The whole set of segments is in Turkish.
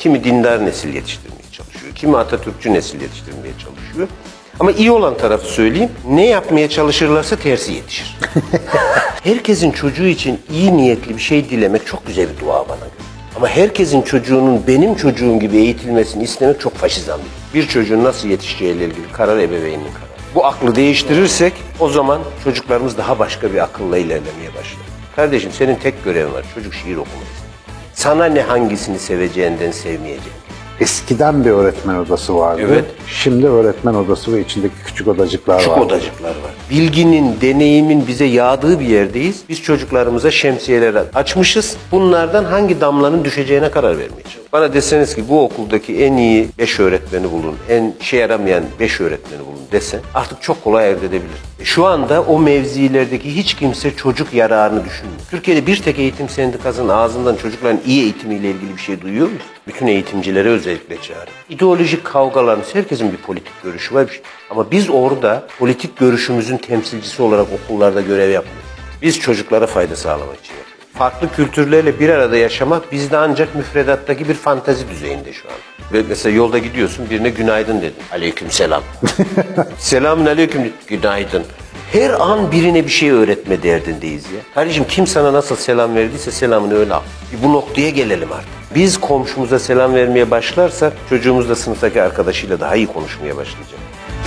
Kimi dindar nesil yetiştirmeye çalışıyor, kimi Atatürkçü nesil yetiştirmeye çalışıyor. Ama iyi olan tarafı söyleyeyim, ne yapmaya çalışırlarsa tersi yetişir. Herkesin çocuğu için iyi niyetli bir şey dilemek çok güzel bir dua bana göre. Ama herkesin çocuğunun benim çocuğum gibi eğitilmesini istemek çok faşizan. Bir çocuğun nasıl yetişeceğiyle ilgili karar ebeveynin kararı. Bu aklı değiştirirsek o zaman çocuklarımız daha başka bir akılla ilerlemeye başlar. Kardeşim senin tek görevin var, çocuk şiir okumayı. Sana ne hangisini seveceğinden sevmeyeceğin. Eskiden bir öğretmen odası vardı. Evet. Şimdi öğretmen odası ve içindeki küçük odacıklar var. Küçük odacıklar var. Bilginin, deneyimin bize yağdığı bir yerdeyiz. Biz çocuklarımıza şemsiyeler açmışız. Bunlardan hangi damlanın düşeceğine karar vermeye çalışıyoruz. Bana deseniz ki bu okuldaki en iyi 5 öğretmeni bulun, en işe yaramayan 5 öğretmeni bulun desen artık çok kolay elde edebilir. Şu anda o mevzilerdeki hiç kimse çocuk yararını düşünmüyor. Türkiye'de bir tek eğitim sendikasının ağzından çocukların iyi eğitimiyle ilgili bir şey duyuyor muyuz? Bütün eğitimcilere özellikle çağırın. İdeolojik kavgalarınız, herkesin bir politik görüşü var. Ama biz orada politik görüşümüzün temsilcisi olarak okullarda görev yapmıyoruz. Biz çocuklara fayda sağlamak için yapıyoruz. Farklı kültürlerle bir arada yaşamak bizde ancak müfredattaki bir fantezi düzeyinde şu an. Ve mesela yolda gidiyorsun, birine günaydın dedin. Aleykümselam. Selamun aleyküm, günaydın. Her an birine bir şey öğretme derdindeyiz ya. Kardeşim kim sana nasıl selam verdiyse selamını öyle al. Bu noktaya gelelim artık. Biz komşumuza selam vermeye başlarsak çocuğumuz da sınıftaki arkadaşıyla daha iyi konuşmaya başlayacak.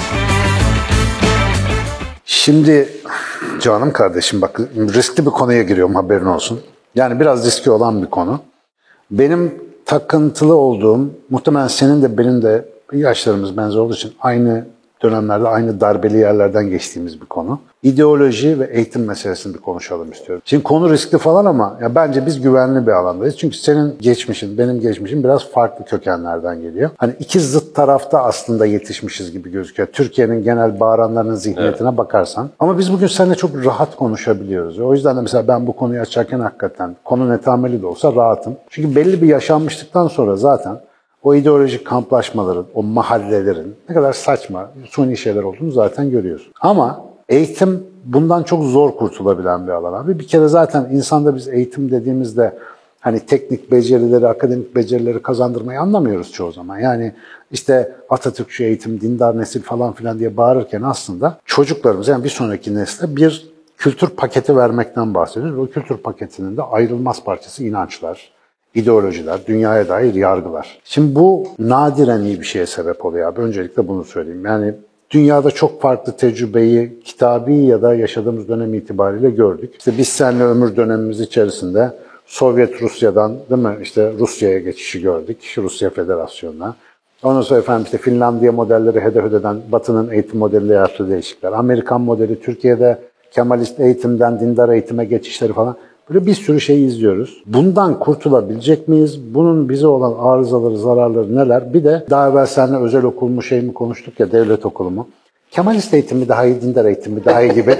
Şimdi canım kardeşim bak riskli bir konuya giriyorum haberin olsun. Yani biraz riski olan bir konu. Benim takıntılı olduğum, muhtemelen senin de benim de yaşlarımız benzer olduğu için aynı dönemlerde aynı darbeli yerlerden geçtiğimiz bir konu. İdeoloji ve eğitim meselesini bir konuşalım istiyorum. Şimdi konu riskli falan ama ya bence biz güvenli bir alandayız. Çünkü senin geçmişin, benim geçmişim biraz farklı kökenlerden geliyor. Hani iki zıt tarafta aslında yetişmişiz gibi gözüküyor. Türkiye'nin genel bağıranlarının zihniyetine bakarsan. Ama biz bugün seninle çok rahat konuşabiliyoruz. O yüzden de mesela ben bu konuyu açarken hakikaten konu netameli de olsa rahatım. Çünkü belli bir yaşanmışlıktan sonra zaten o ideolojik kamplaşmaların, o mahallelerin ne kadar saçma, suni şeyler olduğunu zaten görüyorsun. Ama eğitim bundan çok zor kurtulabilen bir alan abi. Bir kere zaten insanda biz eğitim dediğimizde hani teknik becerileri, akademik becerileri kazandırmayı anlamıyoruz çoğu zaman. Yani işte Atatürkçü eğitim, dindar nesil falan filan diye bağırırken aslında çocuklarımıza yani bir sonraki nesle bir kültür paketi vermekten bahsediyoruz. O kültür paketinin de ayrılmaz parçası inançlar, ideolojiler, dünyaya dair yargılar. Şimdi bu nadiren iyi bir şeye sebep oluyor abi. Öncelikle bunu söyleyeyim. Yani dünyada çok farklı tecrübeyi kitabi ya da yaşadığımız dönem itibariyle gördük. İşte biz seninle ömür dönemimiz içerisinde Sovyet Rusya'dan değil mi işte Rusya'ya geçişi gördük. Rusya Federasyonu'na. Ondan sonra efendim işte Finlandiya modelleri hedef eden Batı'nın eğitim modeliyle yaptığı değişiklikler. Amerikan modeli Türkiye'de Kemalist eğitimden dindar eğitime geçişleri falan. Böyle bir sürü şey izliyoruz. Bundan kurtulabilecek miyiz? Bunun bize olan arızaları, zararları neler? Bir de daha evvel seninle özel okul mu şey mi konuştuk ya devlet okulu mu? Kemalist eğitim mi daha iyi, dindar eğitim mi daha iyi gibi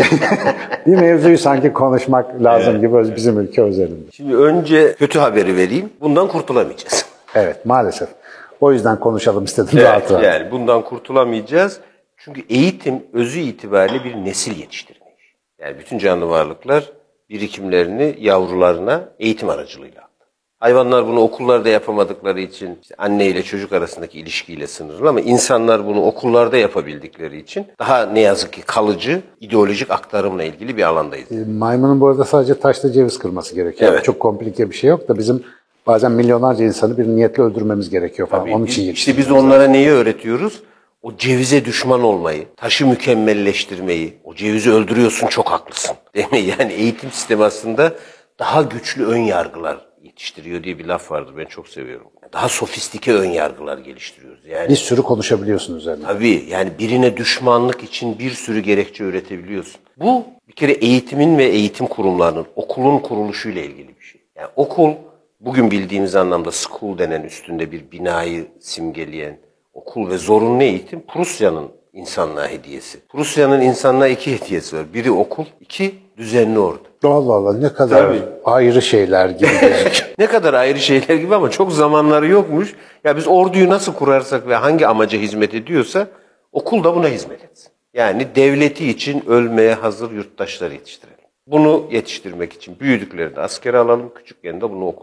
bir mevzuyu sanki konuşmak lazım gibi bizim ülke özelinde. Şimdi önce kötü haberi vereyim. Bundan kurtulamayacağız. Evet maalesef. O yüzden konuşalım istedim rahat rahat. Yani bundan kurtulamayacağız. Çünkü eğitim özü itibariyle bir nesil yetiştirme. Yani bütün canlı varlıklar birikimlerini yavrularına eğitim aracılığıyla aldı. Hayvanlar bunu okullarda yapamadıkları için işte anne ile çocuk arasındaki ilişkiyle sınırlı ama insanlar bunu okullarda yapabildikleri için daha ne yazık ki kalıcı ideolojik aktarımla ilgili bir alandayız. Maymunun bu arada sadece taşla ceviz kırması gerekiyor. Evet. Çok komplike bir şey yok da bizim bazen milyonlarca insanı bir niyetle öldürmemiz gerekiyor falan. Tabii onun için işte biz onlara neyi öğretiyoruz? O cevize düşman olmayı, taşı mükemmelleştirmeyi, o cevizi öldürüyorsun çok haklısın. Değil mi? Yani eğitim sistemi aslında daha güçlü ön yargılar yetiştiriyor diye bir laf vardır. Ben çok seviyorum. Daha sofistike ön yargılar geliştiriyoruz. Yani bir sürü konuşabiliyorsun üzerine. tabii yani birine düşmanlık için bir sürü gerekçe üretebiliyorsun. Bu bir kere eğitimin ve eğitim kurumlarının, okulun kuruluşuyla ilgili bir şey. Yani okul bugün bildiğimiz anlamda school denen üstünde bir binayı simgeleyen okul ve zorunlu eğitim Prusya'nın insanlığa hediyesi. Prusya'nın insanlığa iki hediyesi var. Biri okul, iki düzenli ordu. Allah Allah ne kadar Tabii. ayrı şeyler gibi gözüküyor. Ne kadar ayrı şeyler gibi ama çok zamanları yokmuş. Ya biz orduyu nasıl kurarsak ve hangi amaca hizmet ediyorsa okul da buna hizmet etsin. Yani devleti için ölmeye hazır yurttaşlar yetiştirelim. Bunu yetiştirmek için büyüdüklerinde askere alalım, küçükken de bunu okulda yapalım.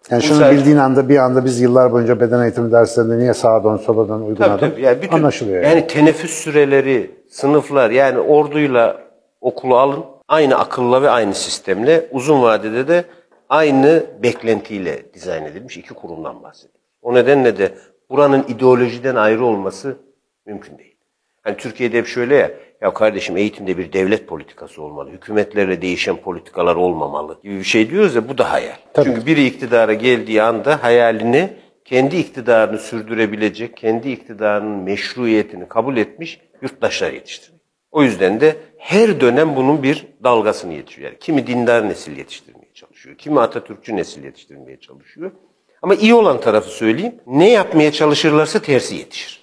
Yani şunu bildiğin anda bir anda biz yıllar boyunca beden eğitimi derslerinde niye sağa dön sola dön uygun adım Yani anlaşılıyor. Yani teneffüs süreleri, sınıflar yani orduyla okulu alın. Aynı akılla ve aynı sistemle uzun vadede de aynı beklentiyle dizayn edilmiş iki kurumdan bahsediyoruz. O nedenle de buranın ideolojiden ayrı olması mümkün değil. Hani Türkiye'de hep şöyle ya kardeşim eğitimde bir devlet politikası olmalı, hükümetlerle değişen politikalar olmamalı gibi bir şey diyoruz ya bu da hayal. Tabii. Çünkü biri iktidara geldiği anda hayalini kendi iktidarını sürdürebilecek, kendi iktidarının meşruiyetini kabul etmiş yurttaşlar yetiştiriyor. O yüzden de her dönem bunun bir dalgasını yetiştiriyor. Yani kimi dindar nesil yetiştirmeye çalışıyor, kimi Atatürkçü nesil yetiştirmeye çalışıyor. Ama iyi olan tarafı söyleyeyim, ne yapmaya çalışırlarsa tersi yetişir.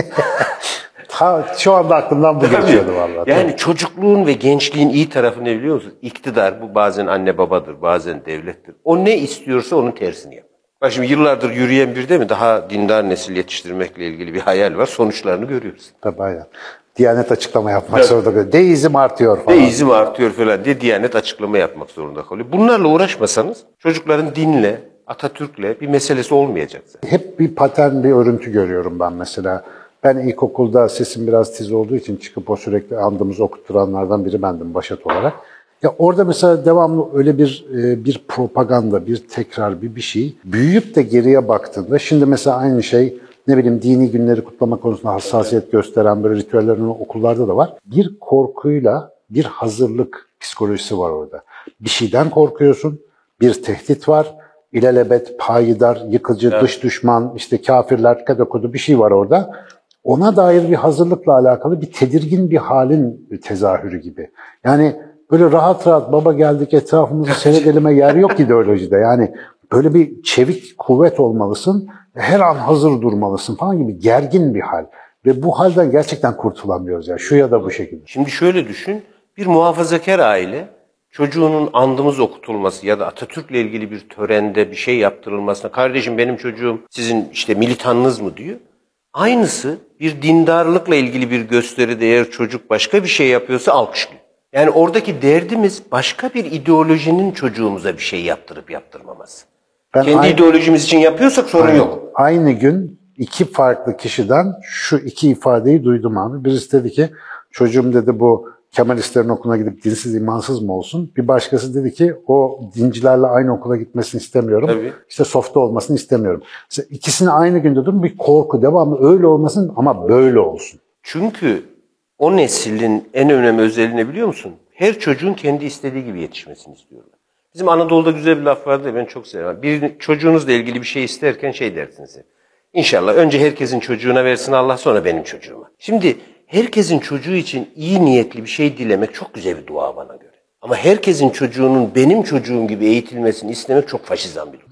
Şu anda aklımdan bu geçiyordu vallahi. Yani çocukluğun ve gençliğin iyi tarafı ne biliyor musunuz? İktidar, bu bazen anne babadır, bazen devlettir. O ne istiyorsa onun tersini yap. Bak şimdi yıllardır yürüyen bir de mi daha dindar nesil yetiştirmekle ilgili bir hayal var. Sonuçlarını görüyoruz. Tabii aynen. Diyanet açıklama yapmak zorunda kalıyor. Deizm artıyor falan. Deizm artıyor falan diye Diyanet açıklama yapmak zorunda kalıyor. Bunlarla uğraşmasanız çocukların dinle, Atatürk'le bir meselesi olmayacak zaten. Hep bir patern, bir örüntü görüyorum ben mesela. Ben ilkokulda sesim biraz tiz olduğu için çıkıp o sürekli andımızı okutturanlardan biri bendim başat olarak. Ya orada mesela devamlı öyle bir propaganda, bir tekrar, bir şey. Büyüyüp de geriye baktığında şimdi mesela aynı şey ne bileyim dini günleri kutlama konusunda hassasiyet gösteren böyle ritüellerin okullarda da var. Bir korkuyla bir hazırlık psikolojisi var orada. Bir şeyden korkuyorsun, bir tehdit var. İlelebet, payidar, yıkıcı, dış düşman, işte kafirler, kadokodu bir şey var orada. Ona dair bir hazırlıkla alakalı bir tedirgin bir halin tezahürü gibi. Yani böyle rahat rahat baba geldik etrafımızı seyredelime yer yok ideolojide. Yani böyle bir çevik kuvvet olmalısın, her an hazır durmalısın falan gibi gergin bir hal. Ve bu halden gerçekten kurtulamıyoruz ya şu ya da bu şekilde. Şimdi şöyle düşün, bir muhafazakar aile çocuğunun andımız okutulması ya da Atatürk'le ilgili bir törende bir şey yaptırılmasına kardeşim benim çocuğum sizin işte militanınız mı diyor. Aynısı bir dindarlıkla ilgili bir gösteride eğer çocuk başka bir şey yapıyorsa alkışlıyor. Yani oradaki derdimiz başka bir ideolojinin çocuğumuza bir şey yaptırıp yaptırmaması. Kendi ideolojimiz için yapıyorsak sorun yok. Aynı gün iki farklı kişiden şu iki ifadeyi duydum abi. Birisi dedi ki çocuğum dedi bu Kemalistlerin okuluna gidip dinsiz imansız mı olsun? Bir başkası dedi ki o dincilerle aynı okula gitmesini istemiyorum. Tabii. İşte softa olmasını istemiyorum. Mesela ikisini aynı günde durum bir korku devamlı öyle olmasın ama böyle olsun. Çünkü o neslin en önemli özelliğini biliyor musun? Her çocuğun kendi istediği gibi yetişmesini istiyorlar. Bizim Anadolu'da güzel bir laf vardı ya ben çok seviyorum. Bir çocuğunuzla ilgili bir şey isterken şey dersiniz. İnşallah önce herkesin çocuğuna versin Allah sonra benim çocuğuma. Şimdi herkesin çocuğu için iyi niyetli bir şey dilemek çok güzel bir dua bana göre. Ama herkesin çocuğunun benim çocuğum gibi eğitilmesini istemek çok faşizan bir durum.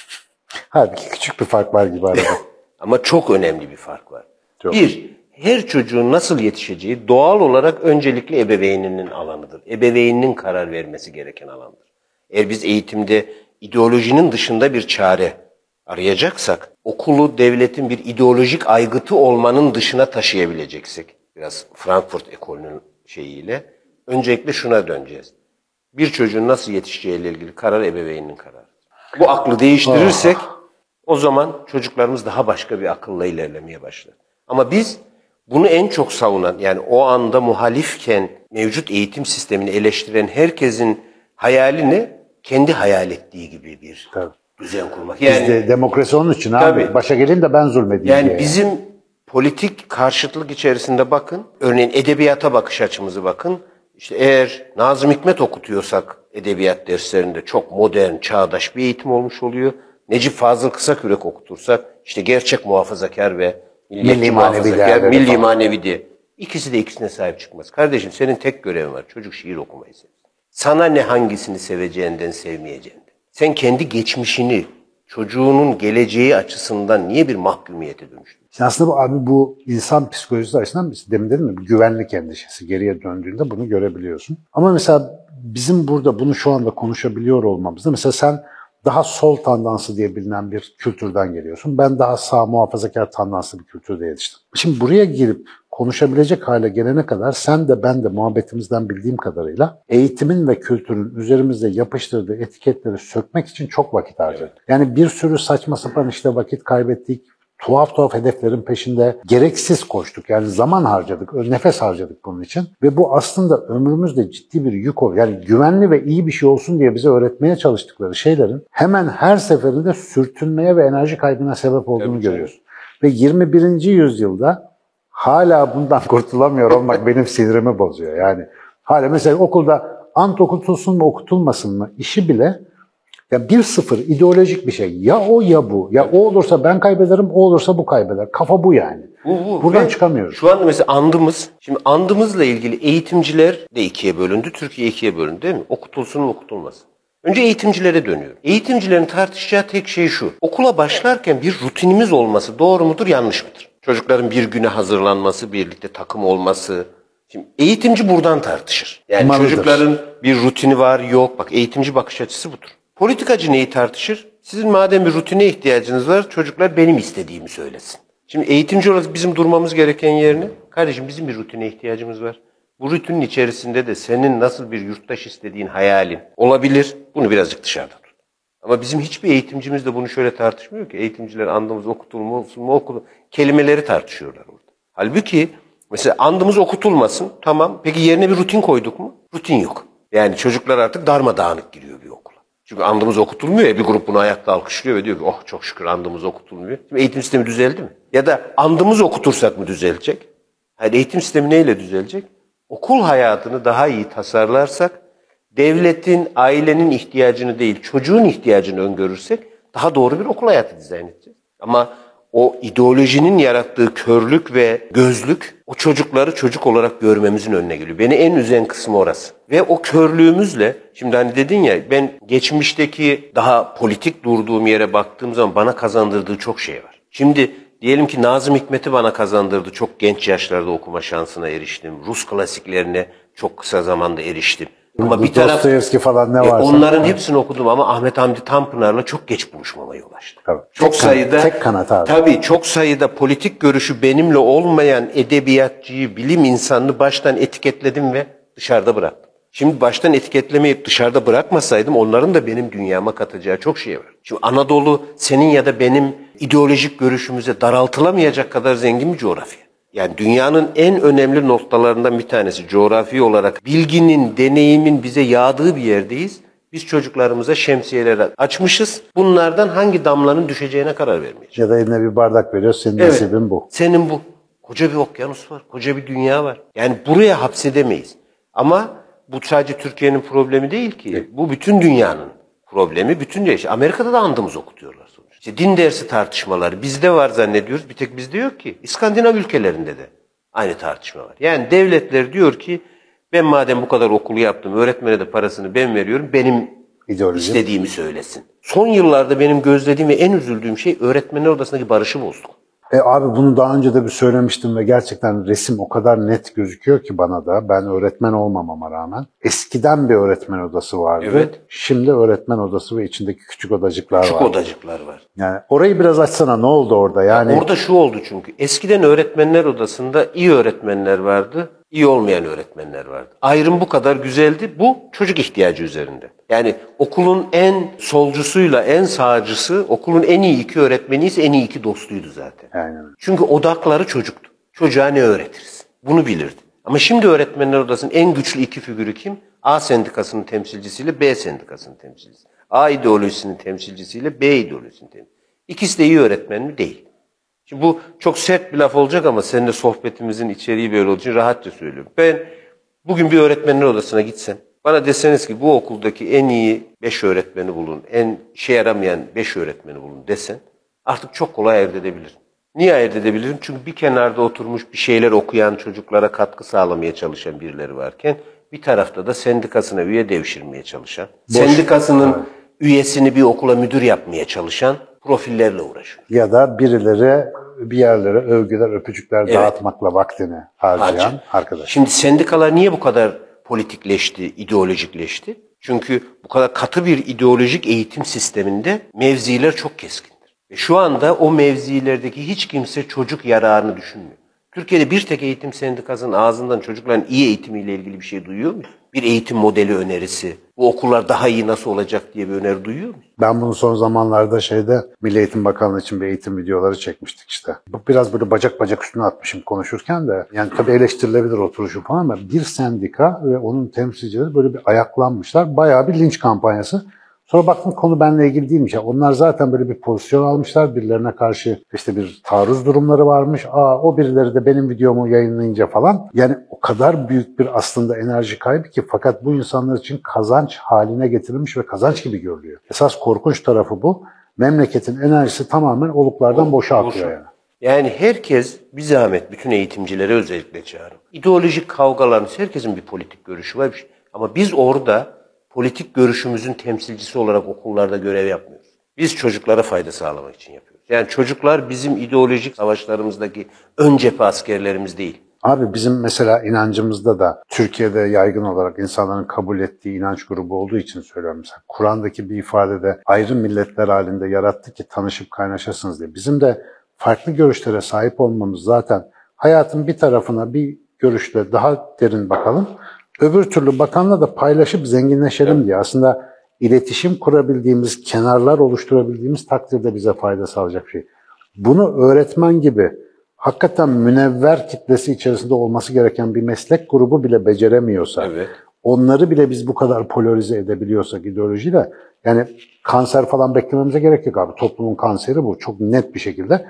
Halbuki küçük bir fark var gibi arada. Ama çok önemli bir fark var. Çok. Her çocuğun nasıl yetişeceği doğal olarak öncelikle ebeveyninin alanıdır. Ebeveyninin karar vermesi gereken alandır. Eğer biz eğitimde ideolojinin dışında bir çare arayacaksak, okulu devletin bir ideolojik aygıtı olmanın dışına taşıyabileceksek, biraz Frankfurt ekolünün şeyiyle, öncelikle şuna döneceğiz. Bir çocuğun nasıl yetişeceğiyle ilgili karar ebeveyninin kararı. Bu aklı değiştirirsek, o zaman çocuklarımız daha başka bir akılla ilerlemeye başlar. Ama biz bunu en çok savunan, yani o anda muhalifken mevcut eğitim sistemini eleştiren herkesin hayali ne? Kendi hayal ettiği gibi bir düzen kurmak. Yani Bizde demokrasi onun için abi. Tabii. Başa geleyim de ben zulmedeyim yani diye. bizim politik karşıtlık içerisinde bakın. Örneğin edebiyata bakış açımızı bakın. İşte eğer Nazım Hikmet okutuyorsak edebiyat derslerinde çok modern, çağdaş bir eğitim olmuş oluyor. Necip Fazıl Kısakürek okutursak işte gerçek muhafazakar ve milliyetçi muhafazakar, milli manevi diye. İkisi de ikisine sahip çıkmaz. Kardeşim senin tek görevin var. Çocuk şiir okumayı sev. Sana ne hangisini seveceğinden sevmeyeceğinden. Sen kendi geçmişini, çocuğunun geleceği açısından niye bir mahkumiyete dönüştün? Şimdi aslında bu insan psikolojisi açısından demin dedim mi güvenlik endişesi geriye döndüğünde bunu görebiliyorsun. Ama mesela bizim burada bunu şu anda konuşabiliyor olmamızda mesela sen daha sol tandanslı diye bilinen bir kültürden geliyorsun. Ben daha sağ muhafazakar tandanslı bir kültürde yetiştim. Şimdi buraya girip konuşabilecek hale gelene kadar sen de ben de muhabbetimizden bildiğim kadarıyla eğitimin ve kültürün üzerimizde yapıştırdığı etiketleri sökmek için çok vakit harcadık. Yani bir sürü saçma sapan işte vakit kaybettik. Tuhaf hedeflerin peşinde gereksiz koştuk. Yani zaman harcadık, nefes harcadık bunun için. Ve bu aslında ömrümüzde ciddi bir yük oluyor. Yani güvenli ve iyi bir şey olsun diye bize öğretmeye çalıştıkları şeylerin hemen her seferinde sürtünmeye ve enerji kaybına sebep olduğunu görüyoruz. Ve 21. yüzyılda hala bundan kurtulamıyor olmak benim sinirimi bozuyor. Yani hala mesela okulda ant okutulsun mu okutulmasın mı işi bile ya 1-0 ideolojik bir şey. Ya o ya bu. Ya o olursa ben kaybederim, o olursa bu kaybeder. Kafa bu yani. Buradan çıkamıyoruz. Şu anda mesela andımız, şimdi andımızla ilgili eğitimciler de ikiye bölündü, Türkiye ikiye bölündü değil mi? Okutulsun mu okutulmasın. Önce eğitimcilere dönüyorum. Eğitimcilerin tartışacağı tek şey şu. Okula başlarken bir rutinimiz olması doğru mudur, yanlış mıdır? Çocukların bir güne hazırlanması, birlikte takım olması. Şimdi eğitimci buradan tartışır. Yani Umarlıdır. Çocukların bir rutini var, yok. Bak eğitimci bakış açısı budur. Politikacı neyi tartışır? Sizin madem bir rutine ihtiyacınız var, çocuklar benim istediğimi söylesin. Şimdi eğitimci olarak bizim durmamız gereken yerine, kardeşim bizim bir rutine ihtiyacımız var. Bu rutinin içerisinde de senin nasıl bir yurttaş istediğin hayalin olabilir. Bunu birazcık dışarıda tut. Ama bizim hiçbir eğitimcimiz de bunu şöyle tartışmıyor ki. Eğitimciler andımız okutulmasın mı okutulmasın kelimeleri tartışıyorlar orada. Halbuki mesela andımız okutulmasın, tamam. Peki yerine bir rutin koyduk mu? Rutin yok. Yani çocuklar artık darmadağınık giriyor bir okula. Çünkü andımız okutulmuyor ya, bir grup bunu ayakta alkışlıyor ve diyor ki oh çok şükür andımız okutulmuyor. Şimdi eğitim sistemi düzeldi mi? Ya da andımız okutursak mı düzelecek? Yani eğitim sistemi neyle düzelecek? Okul hayatını daha iyi tasarlarsak, devletin, ailenin ihtiyacını değil, çocuğun ihtiyacını öngörürsek daha doğru bir okul hayatı dizayn edeceğiz. Ama o ideolojinin yarattığı körlük ve gözlük o çocukları çocuk olarak görmemizin önüne geliyor. Beni en üzen kısmı orası. Ve o körlüğümüzle, şimdi hani dedin ya, ben geçmişteki daha politik durduğum yere baktığım zaman bana kazandırdığı çok şey var. Şimdi diyelim ki Nazım Hikmet'i bana kazandırdı. Çok genç yaşlarda okuma şansına eriştim. Rus klasiklerine çok kısa zamanda eriştim. Ama bir taraf Dostoyevski falan ne varsa. onların hepsini okudum ama Ahmet Hamdi Tanpınar'la çok geç buluşmama yol açtı. Tabii. Çok sayıda tek kanat abi. Tabii çok sayıda politik görüşü benimle olmayan edebiyatçıyı, bilim insanını baştan etiketledim ve dışarıda bıraktım. Şimdi baştan etiketlemeyip dışarıda bırakmasaydım onların da benim dünyama katacağı çok şey var. Şimdi Anadolu senin ya da benim ideolojik görüşümüze daraltılamayacak kadar zengin bir coğrafya. Yani dünyanın en önemli noktalarından bir tanesi coğrafi olarak bilginin, deneyimin bize yağdığı bir yerdeyiz. Biz çocuklarımıza şemsiyeler açmışız. Bunlardan hangi damlanın düşeceğine karar vermeyeceğiz. Ya da eline bir bardak veriyor, senin nasibin bu. Senin bu. Koca bir okyanus var, koca bir dünya var. Yani buraya hapsedemeyiz. Ama bu sadece Türkiye'nin problemi değil ki. Bu bütün dünyanın problemi. Bütün dünya. Amerika'da da andımız okutuyorlar sonuçta. İşte din dersi tartışmaları bizde var zannediyoruz. Bir tek bizde yok ki. İskandinav ülkelerinde de aynı tartışma var. Yani devletler diyor ki ben madem bu kadar okulu yaptım, öğretmene de parasını ben veriyorum, benim istediğimi söylesin. Son yıllarda benim gözlediğim ve en üzüldüğüm şey öğretmenler odasındaki barışı bozduk. Abi bunu daha önce de bir söylemiştim ve gerçekten resim o kadar net gözüküyor ki bana da. Ben öğretmen olmamama rağmen. Eskiden bir öğretmen odası vardı. Evet. Şimdi öğretmen odası ve içindeki küçük odacıklar var. Küçük odacıklar var. Yani orayı biraz açsana, ne oldu orada? Yani orada şu oldu çünkü. Eskiden öğretmenler odasında iyi öğretmenler vardı, iyi olmayan öğretmenler vardı. Ayrım bu kadar güzeldi. Bu çocuk ihtiyacı üzerinde. Yani okulun en solcusuyla en sağcısı, okulun en iyi iki öğretmeni ise en iyi iki dostuydu zaten. Aynen. Çünkü odakları çocuktu. Çocuğa ne öğretiriz? Bunu bilirdi. Ama şimdi öğretmenler odasının en güçlü iki figürü kim? A sendikasının temsilcisiyle B sendikasının temsilcisi. A ideolojisinin temsilcisiyle B ideolojisinin temsilcisi. İkisi de iyi öğretmen mi? Değil. Şimdi bu çok sert bir laf olacak ama seninle sohbetimizin içeriği böyle olduğu için rahatça söylüyorum. Ben bugün bir öğretmenler odasına gitsem, bana deseniz ki bu okuldaki en iyi 5 öğretmeni bulun, en işe yaramayan 5 öğretmeni bulun desen, artık çok kolay ayırt edebilirim. Niye ayırt edebilirim? Çünkü bir kenarda oturmuş bir şeyler okuyan, çocuklara katkı sağlamaya çalışan birileri varken, bir tarafta da sendikasına üye devşirmeye çalışan, sendikasının üyesini bir okula müdür yapmaya çalışan profillerle uğraşıyor. Ya da birileri bir yerlere övgüler, öpücükler dağıtmakla vaktini harcayan arkadaş. Şimdi sendikalar niye bu kadar politikleşti, ideolojikleşti? Çünkü bu kadar katı bir ideolojik eğitim sisteminde mevziler çok keskindir. Ve şu anda o mevzilerdeki hiç kimse çocuk yararını düşünmüyor. Türkiye'de bir tek eğitim sendikasının ağzından çocukların iyi eğitimiyle ilgili bir şey duyuyor muyuz? Bir eğitim modeli önerisi, bu okullar daha iyi nasıl olacak diye bir öneri duyuyor muyuz? Ben bunu son zamanlarda Milli Eğitim Bakanlığı için bir eğitim videoları çekmiştik işte. Bu biraz böyle bacak bacak üstüne atmışım konuşurken de. Yani tabii eleştirilebilir oturuşu falan ama bir sendika ve onun temsilcileri böyle bir ayaklanmışlar. Bayağı bir linç kampanyası. Sonra baktım konu benimle ilgili değilmiş. Yani onlar zaten böyle bir pozisyon almışlar. Birilerine karşı işte bir taarruz durumları varmış. O birileri de benim videomu yayınlayınca falan. Yani o kadar büyük bir aslında enerji kaybı ki fakat bu insanlar için kazanç haline getirilmiş ve kazanç gibi görülüyor. Esas korkunç tarafı bu. Memleketin enerjisi tamamen oluklardan boşa akıyor yani. Yani herkes bir zahmet, bütün eğitimcilere özellikle çağırın. İdeolojik kavgaların, herkesin bir politik görüşü var. Ama biz orada politik görüşümüzün temsilcisi olarak okullarda görev yapmıyoruz. Biz çocuklara fayda sağlamak için yapıyoruz. Yani çocuklar bizim ideolojik savaşlarımızdaki ön cephe askerlerimiz değil. Abi bizim mesela inancımızda da Türkiye'de yaygın olarak insanların kabul ettiği inanç grubu olduğu için söylüyorum. Mesela Kur'an'daki bir ifadede ayrı milletler halinde yarattı ki tanışıp kaynaşasınız diye. Bizim de farklı görüşlere sahip olmamız zaten hayatın bir tarafına bir görüşle daha derin bakalım. Öbür türlü bakanla da paylaşıp zenginleşelim diye. Aslında iletişim kurabildiğimiz, kenarlar oluşturabildiğimiz takdirde bize fayda sağlayacak şey. Bunu öğretmen gibi hakikaten münevver kitlesi içerisinde olması gereken bir meslek grubu bile beceremiyorsa, onları bile biz bu kadar polarize edebiliyorsak ideolojiyle, yani kanser falan beklememize gerek yok abi. Toplumun kanseri bu çok net bir şekilde.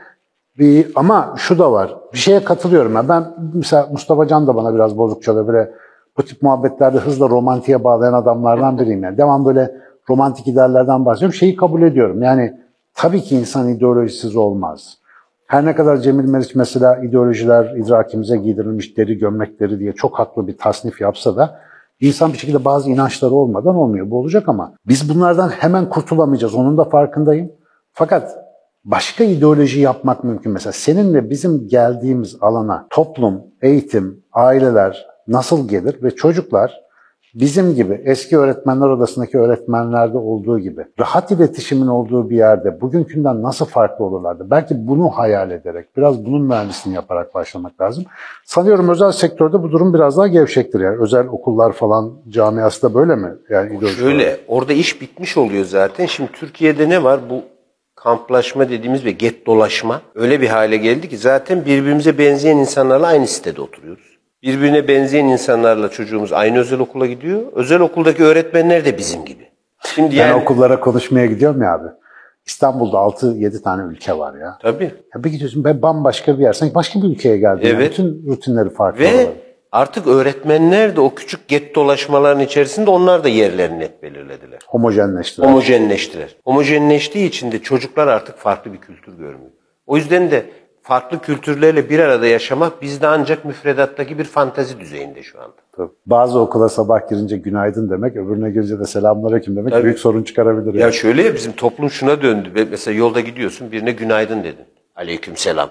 Ama şu da var, bir şeye katılıyorum. Ben mesela Mustafa Can da bana biraz bozuk çalıyor. Böyle bu tip muhabbetlerde hızla romantiğe bağlayan adamlardan biriyim. Yani devam böyle romantik ideallerden bahsediyorum. Şeyi kabul ediyorum. Yani tabii ki insan ideolojisiz olmaz. Her ne kadar Cemil Meriç mesela ideolojiler idrakimize giydirilmiş deri gömlekleri diye çok haklı bir tasnif yapsa da insan bir şekilde bazı inançları olmadan olmuyor. Bu olacak ama biz bunlardan hemen kurtulamayacağız. Onun da farkındayım. Fakat başka ideoloji yapmak mümkün. Mesela seninle bizim geldiğimiz alana toplum, eğitim, aileler nasıl gelir ve çocuklar bizim gibi eski öğretmenler odasındaki öğretmenlerde olduğu gibi rahat iletişimin olduğu bir yerde bugünkünden nasıl farklı olurlardı? Belki bunu hayal ederek, biraz bunun mühendisliğini yaparak başlamak lazım. Sanıyorum özel sektörde bu durum biraz daha gevşektir. Yani özel okullar falan camiası da böyle mi? Yani şöyle, orada iş bitmiş oluyor zaten. Şimdi Türkiye'de ne var? Bu kamplaşma dediğimiz ve gettolaşma öyle bir hale geldi ki zaten birbirimize benzeyen insanlarla aynı sitede oturuyoruz. Birbirine benzeyen insanlarla çocuğumuz aynı özel okula gidiyor. Özel okuldaki öğretmenler de bizim gibi. Şimdi ben okullara konuşmaya gidiyorum ya abi. İstanbul'da 6-7 tane ülke var ya. Tabii. Ya bir gidiyorsun bambaşka bir yer. Sanki başka bir ülkeye geldin. Evet. Yani bütün rutinleri farklı. Ve artık öğretmenler de o küçük gettolaşmaların içerisinde onlar da yerlerini net belirlediler. Homojenleştiler. Homojenleştiği için de çocuklar artık farklı bir kültür görmüyor. O yüzden de farklı kültürlerle bir arada yaşamak bizde ancak müfredattaki bir fantazi düzeyinde şu anda. Tabii. Bazı okula sabah girince günaydın demek, öbürüne girince de selamünaleyküm demek. Tabii. Büyük sorun çıkarabilir. Ya şöyle ya, bizim toplum şuna döndü. Mesela yolda gidiyorsun, birine günaydın dedin. Aleyküm selam.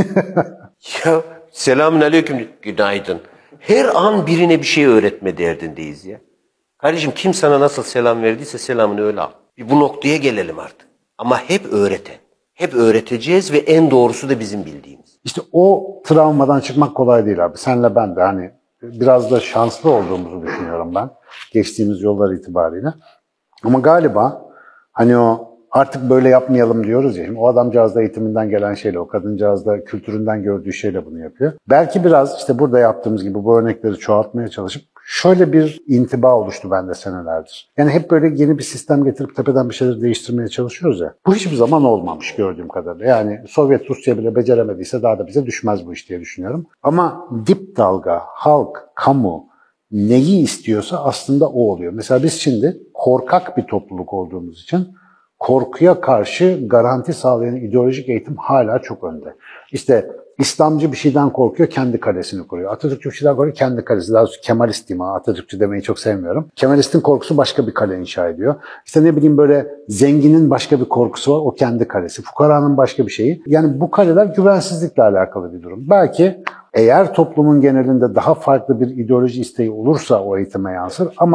Ya selamün aleyküm, günaydın. Her an birine bir şey öğretme derdindeyiz ya. Kardeşim kim sana nasıl selam verdiyse selamını öyle al. Bir bu noktaya gelelim artık. Ama hep öğreten. Hep öğreteceğiz ve en doğrusu da bizim bildiğimiz. İşte o travmadan çıkmak kolay değil abi. Senle ben de hani biraz da şanslı olduğumuzu düşünüyorum ben. Geçtiğimiz yollar itibariyle. Ama galiba hani o artık böyle yapmayalım diyoruz ya. O adamcağız da eğitiminden gelen şeyle, o kadıncağız da kültüründen gördüğü şeyle bunu yapıyor. Belki biraz işte burada yaptığımız gibi bu örnekleri çoğaltmaya çalışıp şöyle bir intiba oluştu bende senelerdir. Yani hep böyle yeni bir sistem getirip tepeden bir şeyleri değiştirmeye çalışıyoruz ya. Bu hiçbir zaman olmamış gördüğüm kadarıyla. Yani Sovyet Rusya bile beceremediyse daha da bize düşmez bu iş diye düşünüyorum. Ama dip dalga, halk, kamu neyi istiyorsa aslında o oluyor. Mesela biz şimdi korkak bir topluluk olduğumuz için korkuya karşı garanti sağlayan ideolojik eğitim hala çok önde. İşte İslamcı bir şeyden korkuyor, kendi kalesini kuruyor. Atatürkçü bir şeyden korkuyor, kendi kalesi. Daha doğrusu Kemalist diyeyim, Atatürkçü demeyi çok sevmiyorum. Kemalistin korkusu başka bir kale inşa ediyor. İşte ne bileyim böyle zenginin başka bir korkusu var, o kendi kalesi. Fukaranın başka bir şeyi. Yani bu kaleler güvensizlikle alakalı bir durum. Belki eğer toplumun genelinde daha farklı bir ideoloji isteği olursa o eğitime yansır ama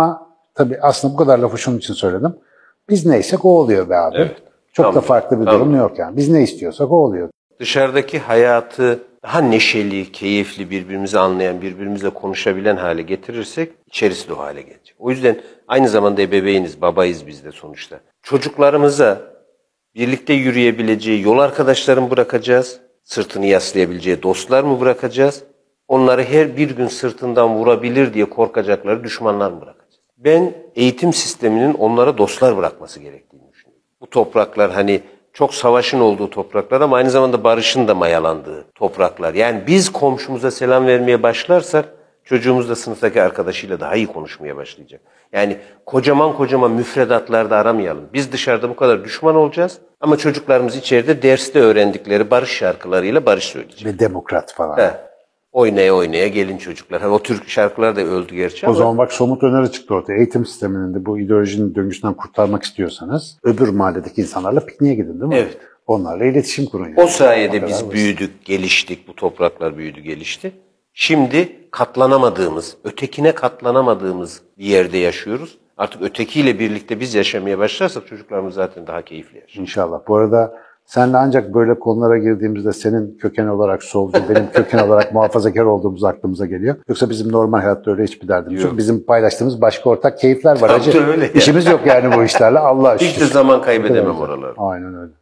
tabii aslında bu kadar lafı şunun için söyledim. Biz neysek o oluyor be abi. Evet. Çok da Tamam. farklı bir durum yok yani. Biz ne istiyorsak o oluyor. Dışarıdaki hayatı daha neşeli, keyifli, birbirimizi anlayan, birbirimizle konuşabilen hale getirirsek içerisi de o hale gelecek. O yüzden aynı zamanda ebeveyniz, babayız biz de sonuçta. Çocuklarımıza birlikte yürüyebileceği yol arkadaşları mı bırakacağız? Sırtını yaslayabileceği dostlar mı bırakacağız? Onları her bir gün sırtından vurabilir diye korkacakları düşmanlar mı bırakacağız? Ben eğitim sisteminin onlara dostlar bırakması gerektiğini düşünüyorum. Bu topraklar hani çok savaşın olduğu topraklar ama aynı zamanda barışın da mayalandığı topraklar. Yani biz komşumuza selam vermeye başlarsak çocuğumuz da sınıftaki arkadaşıyla daha iyi konuşmaya başlayacak. Yani kocaman müfredatlarda aramayalım. Biz dışarıda bu kadar düşman olacağız ama çocuklarımız içeride derste öğrendikleri barış şarkılarıyla barış söyleyecek. Ve demokrat falan. He. Oynaya gelin çocuklar. O Türk şarkılar da öldü gerçi ama. O zaman bak somut öneri çıktı ortaya. Eğitim sisteminin de bu ideolojinin döngüsünden kurtarmak istiyorsanız öbür mahalledeki insanlarla pikniğe gidin değil mi? Evet. Onlarla iletişim kurun. Yani. O sayede O kadar biz basit. büyüdük, geliştik. Bu topraklar büyüdü, gelişti. Şimdi katlanamadığımız, ötekine katlanamadığımız bir yerde yaşıyoruz. Artık ötekiyle birlikte biz yaşamaya başlarsak çocuklarımız zaten daha keyifli yaşar. İnşallah. Bu arada senle ancak böyle konulara girdiğimizde senin köken olarak solcu, benim köken olarak muhafazakar olduğumuz aklımıza geliyor. Yoksa bizim normal hayatta öyle hiçbir derdimiz yok. Bizim paylaştığımız başka ortak keyifler var. Tabii Hacı. öyle ya. İşimiz yok yani bu işlerle. Allah Hiç de şükür. zaman kaybedemem oralarda. Aynen öyle.